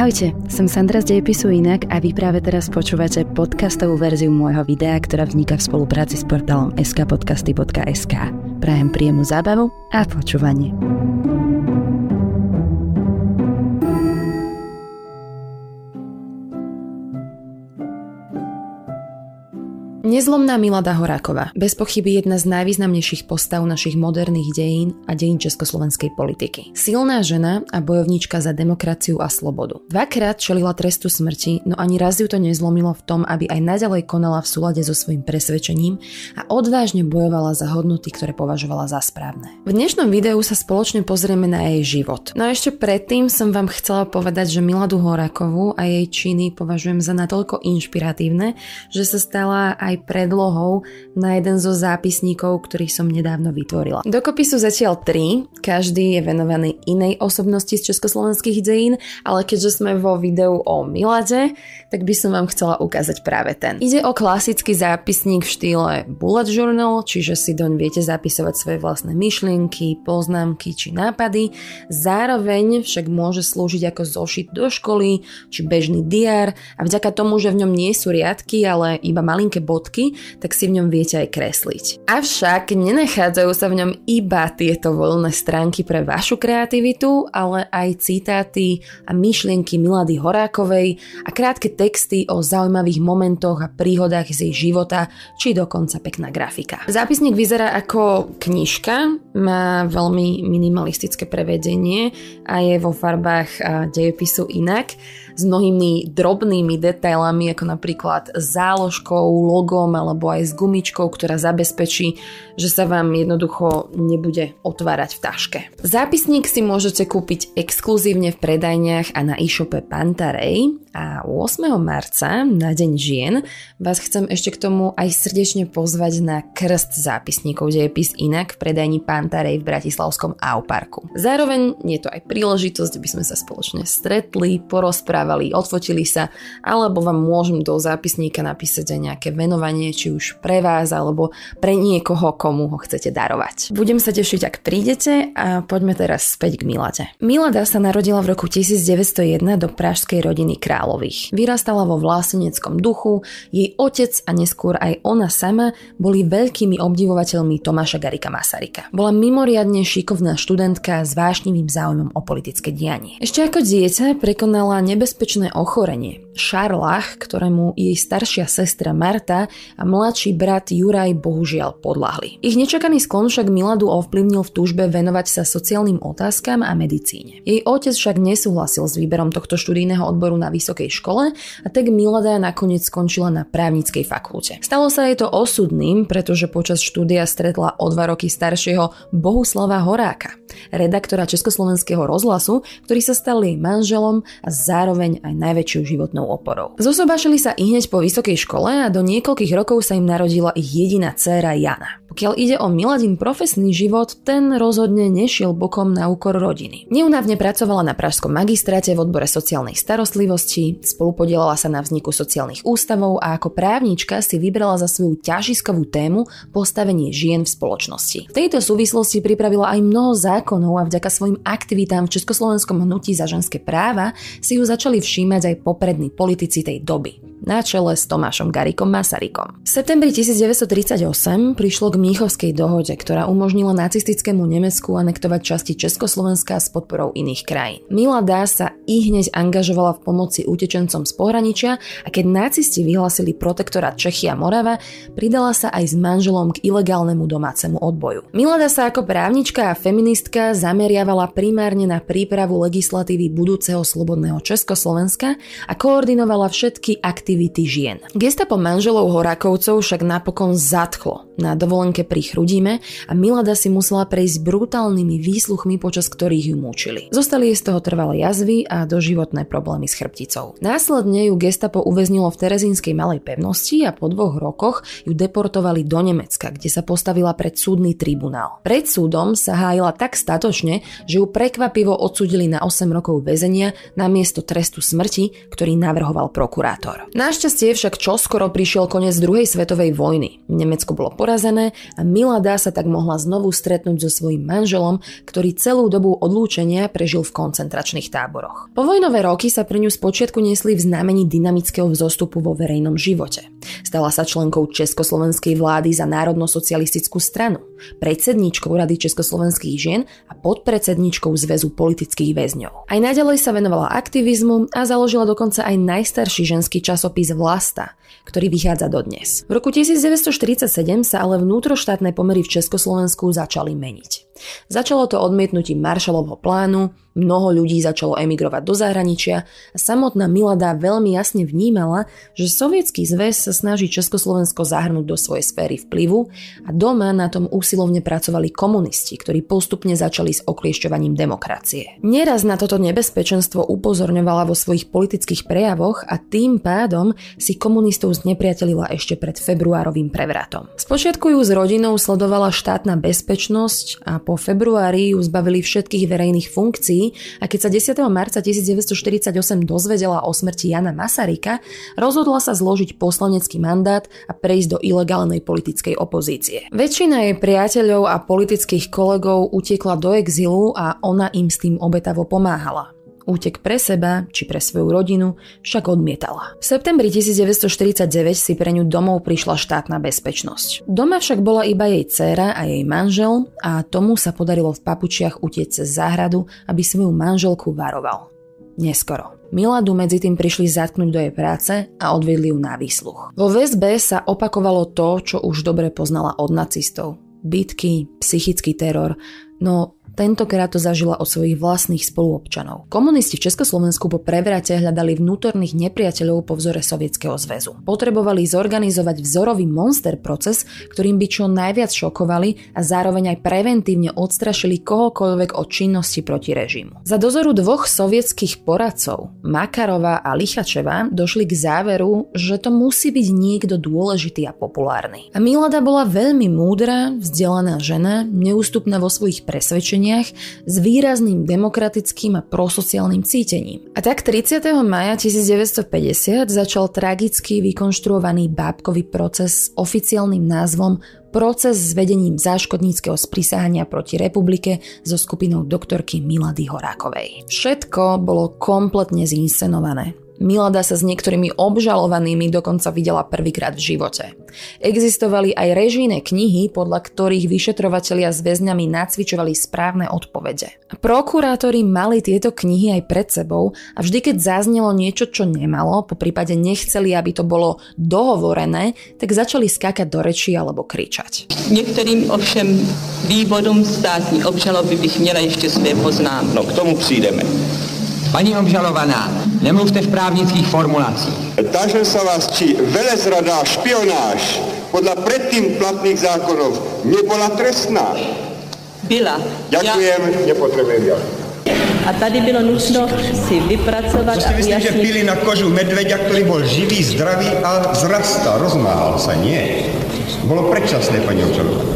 Ahojte, som Sandra z Dejepisu inak a vy práve teraz počúvate podcastovú verziu môjho videa, ktorá vzniká v spolupráci s portálom skpodcasty.sk. Prajem príjemnú zábavu a počúvanie. Nezlomná Milada Horáková, bez pochyby jedna z najvýznamnejších postav našich moderných dejín a dejín československej politiky. Silná žena a bojovníčka za demokraciu a slobodu. Dvakrát čelila trestu smrti, no ani raz ju to nezlomilo v tom, aby aj naďalej konala v súlade so svojím presvedčením a odvážne bojovala za hodnoty, ktoré považovala za správne. V dnešnom videu sa spoločne pozrieme na jej život. No a ešte predtým som vám chcela povedať, že Miladu Horákovú a jej činy považujem za natoľko inšpiratívne, že sa stala aj predlohou na jeden zo zápisníkov, ktorý som nedávno vytvorila. Dokopy sú zatiaľ 3, každý je venovaný inej osobnosti z československých dejín, ale keďže sme vo videu o Milade, tak by som vám chcela ukázať práve ten. Ide o klasický zápisník v štýle bullet journal, čiže si doň viete zapisovať svoje vlastné myšlienky, poznámky či nápady. Zároveň však môže slúžiť ako zošit do školy či bežný diár a vďaka tomu, že v ňom nie sú riadky, ale iba malinké bodky, tak si v ňom viete aj kresliť. Avšak nenachádzajú sa v ňom iba tieto voľné stránky pre vašu kreativitu, ale aj citáty a myšlienky Milady Horákovej a krátke texty o zaujímavých momentoch a príhodách z jej života, či dokonca pekná grafika. Zápisník vyzerá ako knižka, má veľmi minimalistické prevedenie a je vo farbách dejepisu inak, s mnohými drobnými detailami, ako napríklad záložkou, logom alebo aj s gumičkou, ktorá zabezpečí, že sa vám jednoducho nebude otvárať v taške. Zápisník si môžete kúpiť exkluzívne v predajniach a na e-shope Pantarej a 8. marca, na Deň žien, vás chcem ešte k tomu aj srdečne pozvať na krst zápisníkov Dejepis inak v predajni Pantarej v bratislavskom Auparku. Zároveň je to aj príležitosť, aby sme sa spoločne stretli, porozprávali, odfotili sa, alebo vám môžem do zápisníka napísať aj nejaké venovanie, či už pre vás, alebo pre niekoho, komu ho chcete darovať. Budem sa tešiť, ak prídete a poďme teraz späť k Milade. Milada sa narodila v roku 1901 do pražskej rodiny Králových. Vyrastala vo vlasteneckom duchu, jej otec a neskôr aj ona sama boli veľkými obdivovateľmi Tomáša Garrigua Masaryka. Bola mimoriadne šikovná študentka s vášnivým záujmom o politické dianie. Ešte ako dieťa prekonala nebezpečné ochorenie, šarlach, ktorému jej staršia sestra Marta a mladší brat Juraj bohužiaľ podľahli. Ich nečakaný sklon však Miladu ovplyvnil v túžbe venovať sa sociálnym otázkam a medicíne. Jej otec však nesúhlasil s výberom tohto študijného odboru na vysokej škole a tak Milada nakoniec skončila na právnickej fakulte. Stalo sa jej to osudným, pretože počas štúdia stretla o 2 roky staršieho Bohuslava Horáka, redaktora Československého rozhlasu, ktorý sa stal jej manželom a zároveň aj najväčšou životnou oporou. Zosobášili sa ihneď po vysokej škole a do niekoľkých rokov sa im narodila ich jediná dcéra Jana. Pokiaľ ide o Miladin profesný život, ten rozhodne nešiel bokom na úkor rodiny. Neúnavne pracovala na pražskom magistráte v odbore sociálnej starostlivosti, spolupodielala sa na vzniku sociálnych ústavov a ako právnička si vybrala za svoju ťažiskovú tému postavenie žien v spoločnosti. V tejto súvislosti pripravila aj mnoho zákonov a vďaka svojim aktivitám v československom hnutí za ženské práva si ju začali všímať aj poprední politici tej doby, na čele s Tomášom Garriguom Masarykom. V septembri 1938 prišlo k Mníchovskej dohode, ktorá umožnila nacistickému Nemecku anektovať časti Československa s podporou iných krajín. Milada sa ihneď angažovala v pomoci utečencom z pohraničia a keď nacisti vyhlásili protektorát Čechy a Morava, pridala sa aj s manželom k ilegálnemu domácemu odboju. Milada sa ako právnička a feministka zameriavala primárne na prípravu legislatívy budúceho slobodného Československa a koordinovala všetky aktivity žien. Gestapo manželov Horákovcov však napokon zatklo na dovolenke pri Chrudíme a Milada si musela prejsť brutálnymi výsluchmi, počas ktorých ju mučili. Zostali jej z toho trvalé jazvy a doživotné problémy s chrbticou. Následne ju gestapo uväznilo v terezínskej malej pevnosti a po 2 rokoch ju deportovali do Nemecka, kde sa postavila pred súdny tribunál. Pred súdom sa hájila tak statočne, že ju prekvapivo odsúdili na 8 rokov väzenia namiesto trestu smrti, ktorý navrhoval prokurátor. Našťastie však čoskoro prišiel koniec druhej svetovej vojny. Nemecko bolo porazené porazené a Milada sa tak mohla znovu stretnúť so svojím manželom, ktorý celú dobu odlúčenia prežil v koncentračných táboroch. Povojnové roky sa pri ňu spočiatku nesli v znamení dynamického vzostupu vo verejnom živote. Stala sa členkou československej vlády za národno-socialistickú stranu, predsedníčkou Rady československých žien a podpredsedníčkou Zväzu politických väzňov. Aj naďalej sa venovala aktivizmu a založila dokonca aj najstarší ženský časopis Vlasta, ktorý vychádza dodnes. V roku 1947 sa ale vnútroštátne pomery v Československu začali meniť. Začalo to odmietnutím Marshallovho plánu, mnoho ľudí začalo emigrovať do zahraničia a samotná Milada veľmi jasne vnímala, že Sovietsky zväz sa snaží Československo zahrnúť do svojej sféry vplyvu a doma na tom úsilovne pracovali komunisti, ktorí postupne začali s okliešťovaním demokracie. Neraz na toto nebezpečenstvo upozorňovala vo svojich politických prejavoch a tým pádom si komunistov znepriatelila ešte pred februárovým prevratom. Spočiatku ju s rodinou sledovala štátna bezpečnosť a po februári ju zbavili všetkých verejných funkcií a keď sa 10. marca 1948 dozvedela o smrti Jana Masaryka, rozhodla sa zložiť poslanecký mandát a prejsť do ilegálnej politickej opozície. Väčšina jej priateľov a politických kolegov utiekla do exilu a ona im s tým obetavo pomáhala. Útek pre seba či pre svoju rodinu však odmietala. V septembri 1949 si pre ňu domov prišla štátna bezpečnosť. Doma však bola iba jej dcéra a jej manžel a tomu sa podarilo v papučiach utiecť cez záhradu, aby svoju manželku varoval. Neskoro. Miladu medzi tým prišli zatknúť do jej práce a odvedli ju na výsluch. Vo väzbe sa opakovalo to, čo už dobre poznala od nacistov. Bitky, psychický teror, no tentokrát to zažila od svojich vlastných spoluobčanov. Komunisti v Československu po prevrate hľadali vnútorných nepriateľov po vzore Sovietskeho zväzu. Potrebovali zorganizovať vzorový monster proces, ktorým by čo najviac šokovali a zároveň aj preventívne odstrašili kohokoľvek od činnosti proti režimu. Za dozoru dvoch sovietských poradcov, Makarova a Lichačeva, došli k záveru, že to musí byť niekto dôležitý a populárny. A Milada bola veľmi múdra, vzdelaná žena, neústupná vo svojich presvedčeniach s výrazným demokratickým a prosociálnym cítením. A tak 30. mája 1950 začal tragicky vykonštruovaný bábkový proces s oficiálnym názvom Proces s vedením záškodníckeho sprisahania proti republike so skupinou doktorky Milady Horákovej. Všetko bolo kompletne zinscenované. Milada sa s niektorými obžalovanými dokonca videla prvýkrát v živote. Existovali aj režijné knihy, podľa ktorých vyšetrovatelia s väzňami nacvičovali správne odpovede. A prokurátori mali tieto knihy aj pred sebou a vždy, keď zaznelo niečo, čo nemalo, po prípade nechceli, aby to bolo dohovorené, tak začali skákať do rečí alebo kričať. Některým ovšem vývodům státní obžaloby bych měla ještě své poznámky. No, k tomu přijdeme. Paní obžalovaná, nemluvte v právnických formulacích. Tážem sa vás, či velezrada a špionáž podľa predtým platných zákonov nebola trestná. Byla. Ďakujem, nepotrebujem ďalej. A tady bylo nutno si vypracovat To si myslím, že pili na kožu medveďa, ktorý bol živý, zdravý a zrastal, rozmáhal sa. Nie. Bolo predčasné, pani obžalovaná.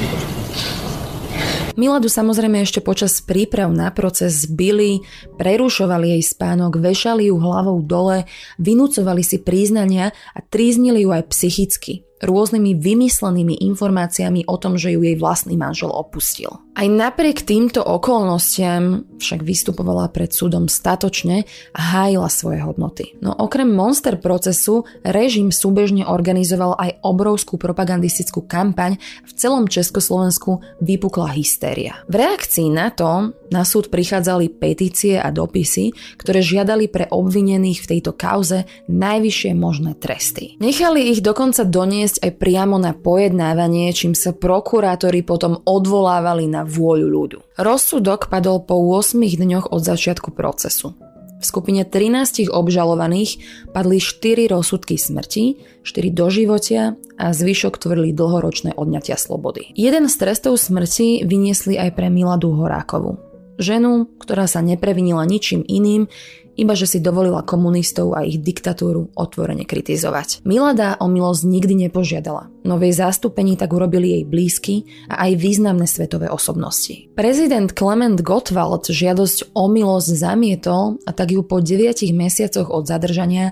Miladu samozrejme ešte počas príprav na proces zbili, prerušovali jej spánok, vešali ju hlavou dole, vynúcovali si priznania a tríznili ju aj psychicky, rôznymi vymyslenými informáciami o tom, že ju jej vlastný manžel opustil. Aj napriek týmto okolnostiam však vystupovala pred súdom statočne a hájila svoje hodnoty. No okrem monster procesu režim súbežne organizoval aj obrovskú propagandistickú kampaň a v celom Československu vypukla hystéria. V reakcii na to na súd prichádzali petície a dopisy, ktoré žiadali pre obvinených v tejto kauze najvyššie možné tresty. Nechali ich dokonca doniesť aj priamo na pojednávanie, čím sa prokurátori potom odvolávali na vôľu ľudu. Rozsudok padol po 8 dňoch od začiatku procesu. V skupine 13 obžalovaných padli 4 rozsudky smrti, 4 doživotia a zvyšok tvorili dlhoročné odňatia slobody. Jeden z trestov smrti vyniesli aj pre Miladu Horákovú. Ženu, ktorá sa neprevinila ničím iným, iba že si dovolila komunistov a ich diktatúru otvorene kritizovať. Milada o milosť nikdy nepožiadala, no v jej zastúpení tak urobili jej blízky a aj významné svetové osobnosti. Prezident Klement Gottwald žiadosť o milosť zamietol a tak ju po 9 mesiacoch od zadržania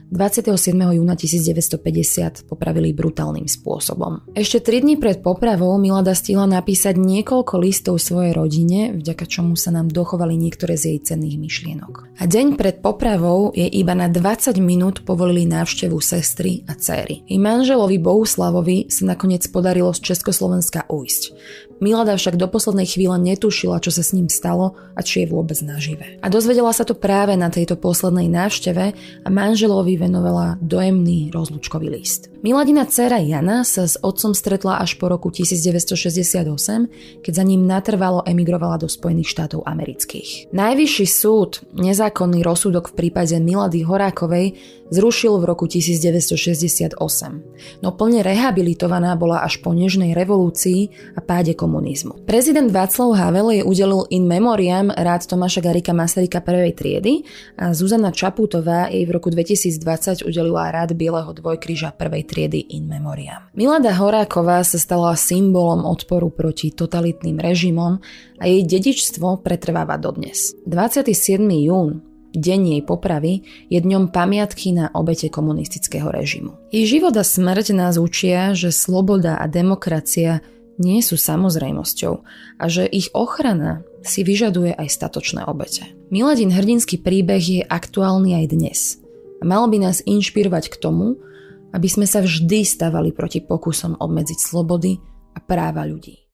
27. júna 1950 popravili brutálnym spôsobom. Ešte 3 dni pred popravou Milada stihla napísať niekoľko listov svojej rodine, vďaka čomu sa nám dochovali niektoré z jej cenných myšlienok. A deň pred popravou jej iba na 20 minút povolili návštevu sestry a dcéry. Jej manželovi Bohuslavovi sa nakoniec podarilo z Československa ujsť. Milada však do poslednej chvíle netušila, čo sa s ním stalo a či je vôbec nažive. A dozvedela sa to práve na tejto poslednej návšteve a manželovi venovala dojemný rozlúčkový list. Miladina dcéra Jana sa s otcom stretla až po roku 1968, keď za ním natrvalo emigrovala do Spojených štátov amerických. Najvyšší súd nezákonný rozsudok v prípade Milady Horákovej zrušil v roku 1968, no plne rehabilitovaná bola až po nežnej revolúcii a páde komunizmu. Prezident Václav Havel jej udelil in memoriam rád Tomáša Garrigua Masaryka prvej triedy a Zuzana Čaputová jej v roku 2020 udelila rád Bieleho dvojkríža prvej triedy in memoriam. Milada Horáková sa stala symbolom odporu proti totalitným režimom a jej dedičstvo pretrváva dodnes. 27. jún, deň jej popravy, je dňom pamiatky na obete komunistického režimu. Jej život a smrť nás učia, že sloboda a demokracia nie sú samozrejmosťou a že ich ochrana si vyžaduje aj statočné obete. Miladin hrdinský príbeh je aktuálny aj dnes a mal by nás inšpirovať k tomu, aby sme sa vždy stavali proti pokusom obmedziť slobody a práva ľudí.